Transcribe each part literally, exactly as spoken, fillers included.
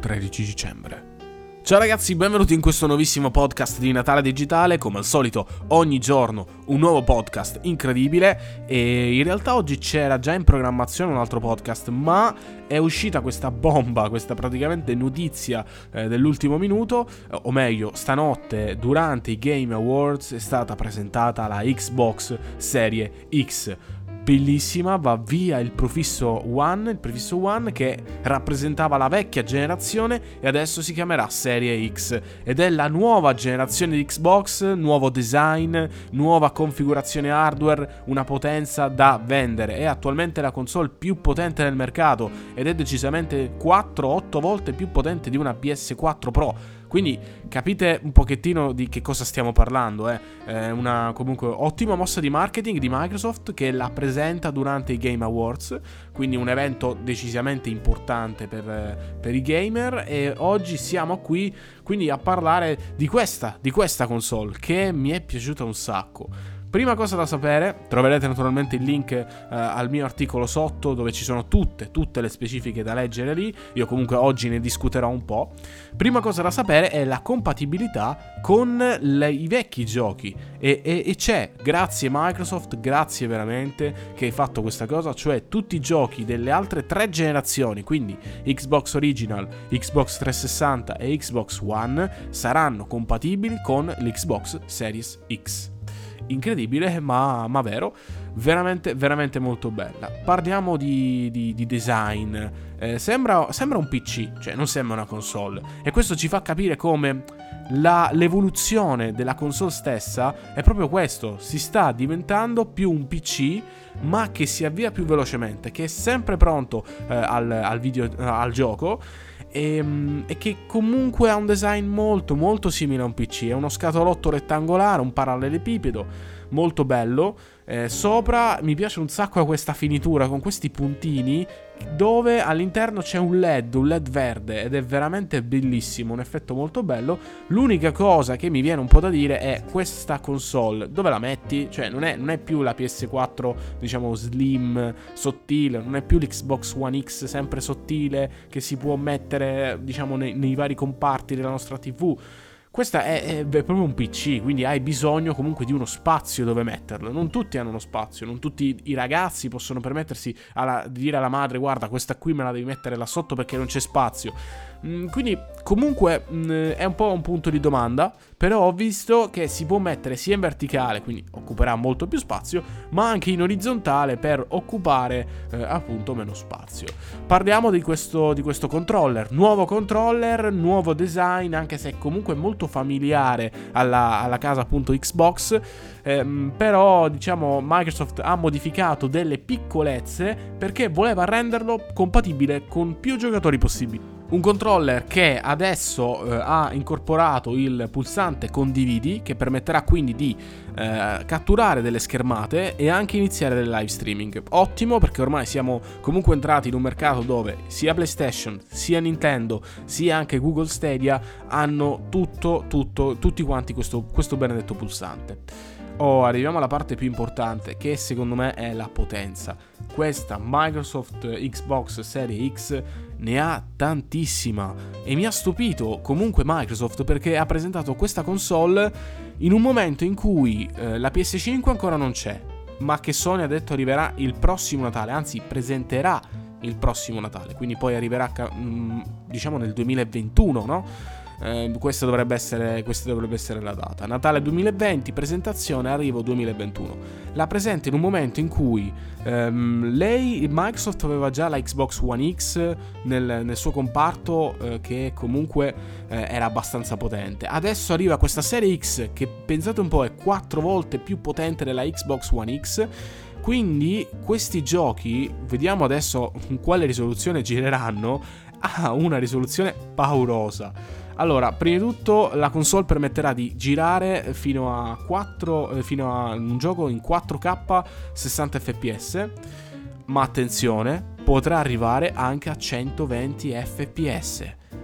tredici dicembre. Ciao ragazzi, benvenuti in questo nuovissimo podcast di Natale Digitale. Come al solito, ogni giorno un nuovo podcast incredibile. E in realtà oggi c'era già in programmazione un altro podcast, ma è uscita questa bomba, questa praticamente notizia eh, dell'ultimo minuto, o meglio, stanotte durante i Game Awards è stata presentata la Xbox Serie X. Bellissima, va via il prefisso One, il prefisso One che rappresentava la vecchia generazione e adesso si chiamerà Serie X ed è la nuova generazione di Xbox, nuovo design, nuova configurazione hardware, una potenza da vendere. È attualmente la console più potente del mercato ed è decisamente quattro otto volte più potente di una P S quattro Pro. Quindi capite un pochettino di che cosa stiamo parlando, eh? È una comunque ottima mossa di marketing di Microsoft che la presenta durante i Game Awards, quindi un evento decisamente importante per, per i gamer, e oggi siamo qui quindi a parlare di questa, di questa console che mi è piaciuta un sacco. Prima cosa da sapere, troverete naturalmente il link eh, al mio articolo sotto dove ci sono tutte, tutte le specifiche da leggere lì, io comunque oggi ne discuterò un po'. Prima cosa da sapere è la compatibilità con le, i vecchi giochi e, e, e c'è, grazie Microsoft, grazie veramente che hai fatto questa cosa, cioè tutti i giochi delle altre tre generazioni, quindi Xbox Original, Xbox trecentosessanta e Xbox One, saranno compatibili con l'Xbox Series X. Incredibile, ma, ma vero, veramente, veramente molto bella. Parliamo di, di, di design. Eh, sembra, sembra un P C, cioè non sembra una console. E questo ci fa capire come la, l'evoluzione della console stessa è proprio questo. Si sta diventando più un P C, ma che si avvia più velocemente, che è sempre pronto eh, al, al, video, eh, al gioco. E, e che comunque ha un design molto molto simile a un P C. È uno scatolotto rettangolare, un parallelepipedo molto bello. Eh, sopra mi piace un sacco questa finitura con questi puntini dove all'interno c'è un led, un led verde, ed è veramente bellissimo, un effetto molto bello. L'unica cosa che mi viene un po' da dire è questa console, dove la metti? Cioè non è, non è più la P S quattro, diciamo, slim, sottile, non è più l'Xbox One X sempre sottile che si può mettere, diciamo, nei, nei vari comparti della nostra tivù. Questa è, è, è proprio un P C, quindi hai bisogno comunque di uno spazio dove metterlo. Non tutti hanno uno spazio, non tutti i ragazzi possono permettersi alla, di dire alla madre: guarda, questa qui me la devi mettere là sotto perché non c'è spazio. Mm, quindi comunque mm, è un po' un punto di domanda, però ho visto che si può mettere sia in verticale, quindi occuperà molto più spazio, ma anche in orizzontale per occupare eh, appunto meno spazio. Parliamo di questo, di questo controller, nuovo controller, nuovo design, anche se comunque molto familiare alla, alla casa appunto Xbox, ehm, però diciamo Microsoft ha modificato delle piccolezze perché voleva renderlo compatibile con più giocatori possibili. Un controller che adesso eh, ha incorporato il pulsante condividi, che permetterà quindi di eh, catturare delle schermate e anche iniziare del live streaming. Ottimo, perché ormai siamo comunque entrati in un mercato dove sia PlayStation, sia Nintendo, sia anche Google Stadia hanno tutto, tutto, tutti quanti questo, questo benedetto pulsante. Oh, arriviamo alla parte più importante, che secondo me è la potenza. Questa Microsoft Xbox Serie X ne ha tantissima e mi ha stupito comunque Microsoft perché ha presentato questa console in un momento in cui eh, la P S cinque ancora non c'è, ma che Sony ha detto arriverà il prossimo Natale, anzi presenterà il prossimo Natale, quindi poi arriverà diciamo nel duemilaventuno, no? Eh, questa dovrebbe essere questa dovrebbe essere la data. Natale duemilaventi, presentazione, arrivo duemilaventuno. La presenta in un momento in cui ehm, lei, Microsoft, aveva già la Xbox One X nel, nel suo comparto eh, che comunque eh, era abbastanza potente. Adesso arriva questa Serie X che, pensate un po', è quattro volte più potente della Xbox One X. Quindi questi giochi, vediamo adesso con quale risoluzione gireranno, ha una risoluzione paurosa. Allora, prima di tutto la console permetterà di girare fino a quattro, fino a un gioco in quattro K sessanta F P S, ma attenzione, potrà arrivare anche a centoventi F P S.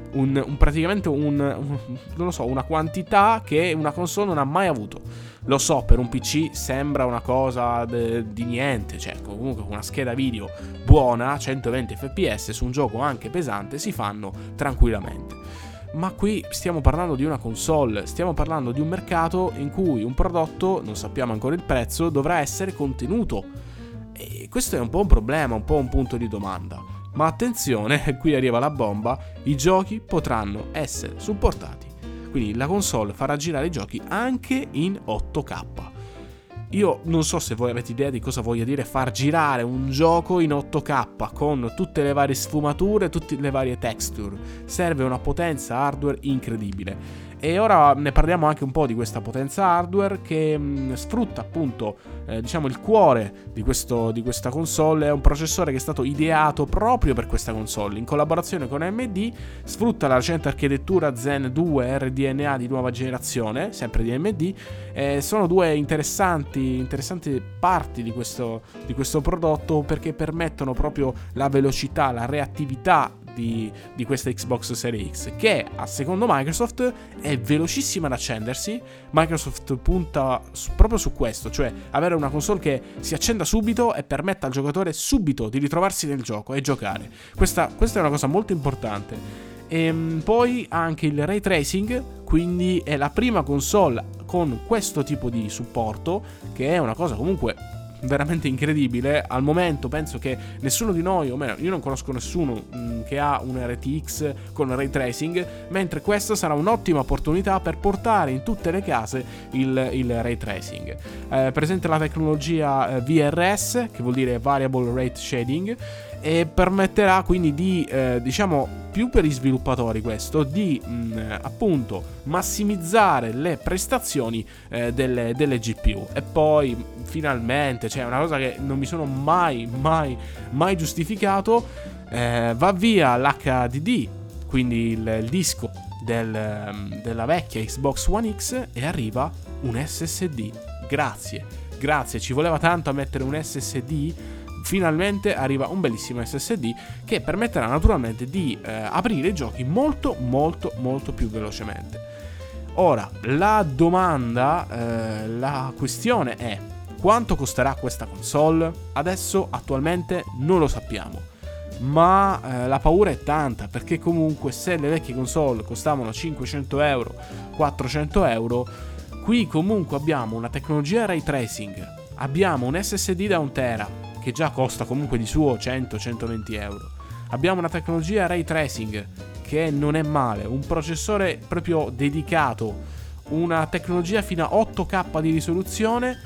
un, un praticamente un, un non lo so, una quantità che una console non ha mai avuto. Lo so, per un P C sembra una cosa de, di niente, cioè comunque con una scheda video buona, centoventi effe pi esse su un gioco anche pesante si fanno tranquillamente. Ma qui stiamo parlando di una console, stiamo parlando di un mercato in cui un prodotto, non sappiamo ancora il prezzo, dovrà essere contenuto. E questo è un po' un problema, un po' un punto di domanda. Ma attenzione, qui arriva la bomba, i giochi potranno essere supportati. Quindi la console farà girare i giochi anche in otto K. Io non so se voi avete idea di cosa voglia dire far girare un gioco in otto K con tutte le varie sfumature, tutte le varie texture. Serve una potenza hardware incredibile. E ora ne parliamo anche un po' di questa potenza hardware che mh, sfrutta appunto eh, diciamo il cuore di, questo, di questa console. È un processore che è stato ideato proprio per questa console in collaborazione con A M D, sfrutta la recente architettura Zen due R D N A di nuova generazione, sempre di A M D. Eh, sono due interessanti, interessanti parti di questo, di questo prodotto perché permettono proprio la velocità, la reattività Di, di questa Xbox Series X, che a secondo Microsoft è velocissima ad accendersi. Microsoft punta su, proprio su questo, cioè avere una console che si accenda subito e permetta al giocatore subito di ritrovarsi nel gioco e giocare. Questa, questa è una cosa molto importante. E poi ha anche il ray tracing, quindi è la prima console con questo tipo di supporto, che è una cosa comunque veramente incredibile. Al momento penso che nessuno di noi, o meno io non conosco nessuno mh, che ha un R T X con ray tracing, mentre questa sarà un'ottima opportunità per portare in tutte le case il, il ray tracing. Eh, presente la tecnologia eh, V R S, che vuol dire Variable Rate Shading, e permetterà quindi di eh, diciamo più per i sviluppatori questo di mh, appunto massimizzare le prestazioni eh, delle, delle G P U. E poi finalmente, cioè una cosa che non mi sono mai mai mai giustificato, eh, va via l'H D D, quindi il, il disco del, della vecchia Xbox One X, e arriva un S S D. Grazie, grazie, ci voleva tanto a mettere un S S D. Finalmente arriva un bellissimo S S D che permetterà naturalmente di eh, aprire i giochi molto molto molto più velocemente. Ora, la domanda, eh, la questione è: quanto costerà questa console? Adesso attualmente non lo sappiamo, ma eh, la paura è tanta, perché comunque se le vecchie console costavano cinquecento euro, quattrocento euro, qui comunque abbiamo una tecnologia ray tracing, abbiamo un S S D da un tera che già costa comunque di suo cento centoventi euro, abbiamo una tecnologia ray tracing che non è male, un processore proprio dedicato, una tecnologia fino a otto K di risoluzione,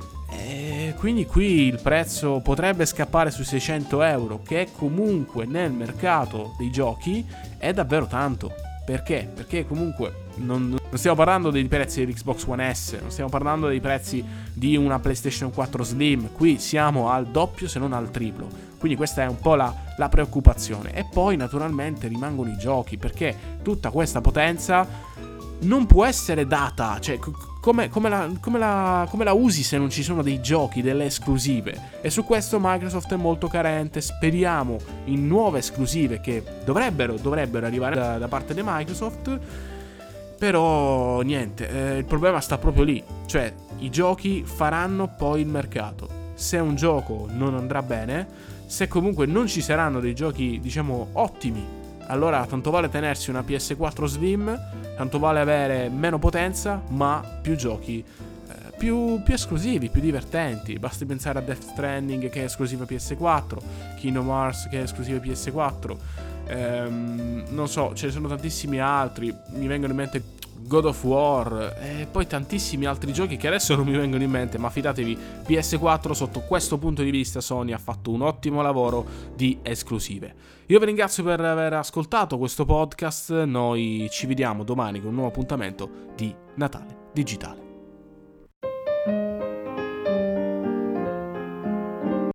e quindi qui il prezzo potrebbe scappare sui seicento euro, che comunque nel mercato dei giochi è davvero tanto. Perché? Perché comunque non, non stiamo parlando dei prezzi dell'Xbox One S, non stiamo parlando dei prezzi di una PlayStation quattro Slim, qui siamo al doppio se non al triplo, quindi questa è un po' la, la preoccupazione. E poi naturalmente rimangono i giochi, perché tutta questa potenza non può essere data, cioè come, come, la, come, la, come la usi se non ci sono dei giochi, delle esclusive? E su questo Microsoft è molto carente. Speriamo in nuove esclusive che dovrebbero, dovrebbero arrivare da, da parte di Microsoft. Però niente, eh, il problema sta proprio lì, cioè i giochi faranno poi il mercato. Se un gioco non andrà bene, se comunque non ci saranno dei giochi diciamo ottimi, allora tanto vale tenersi una P S quattro Slim, tanto vale avere meno potenza ma più giochi, eh, più, più esclusivi, più divertenti. Basti pensare a Death Stranding, che è esclusiva P S quattro, Kingdom Hearts, che è esclusiva P S quattro, ehm, non so, ce ne sono tantissimi altri, mi vengono in mente God of War e poi tantissimi altri giochi che adesso non mi vengono in mente, ma fidatevi, P S quattro sotto questo punto di vista Sony ha fatto un ottimo lavoro di esclusive. Io vi ringrazio per aver ascoltato questo podcast, noi ci vediamo domani con un nuovo appuntamento di Natale Digitale.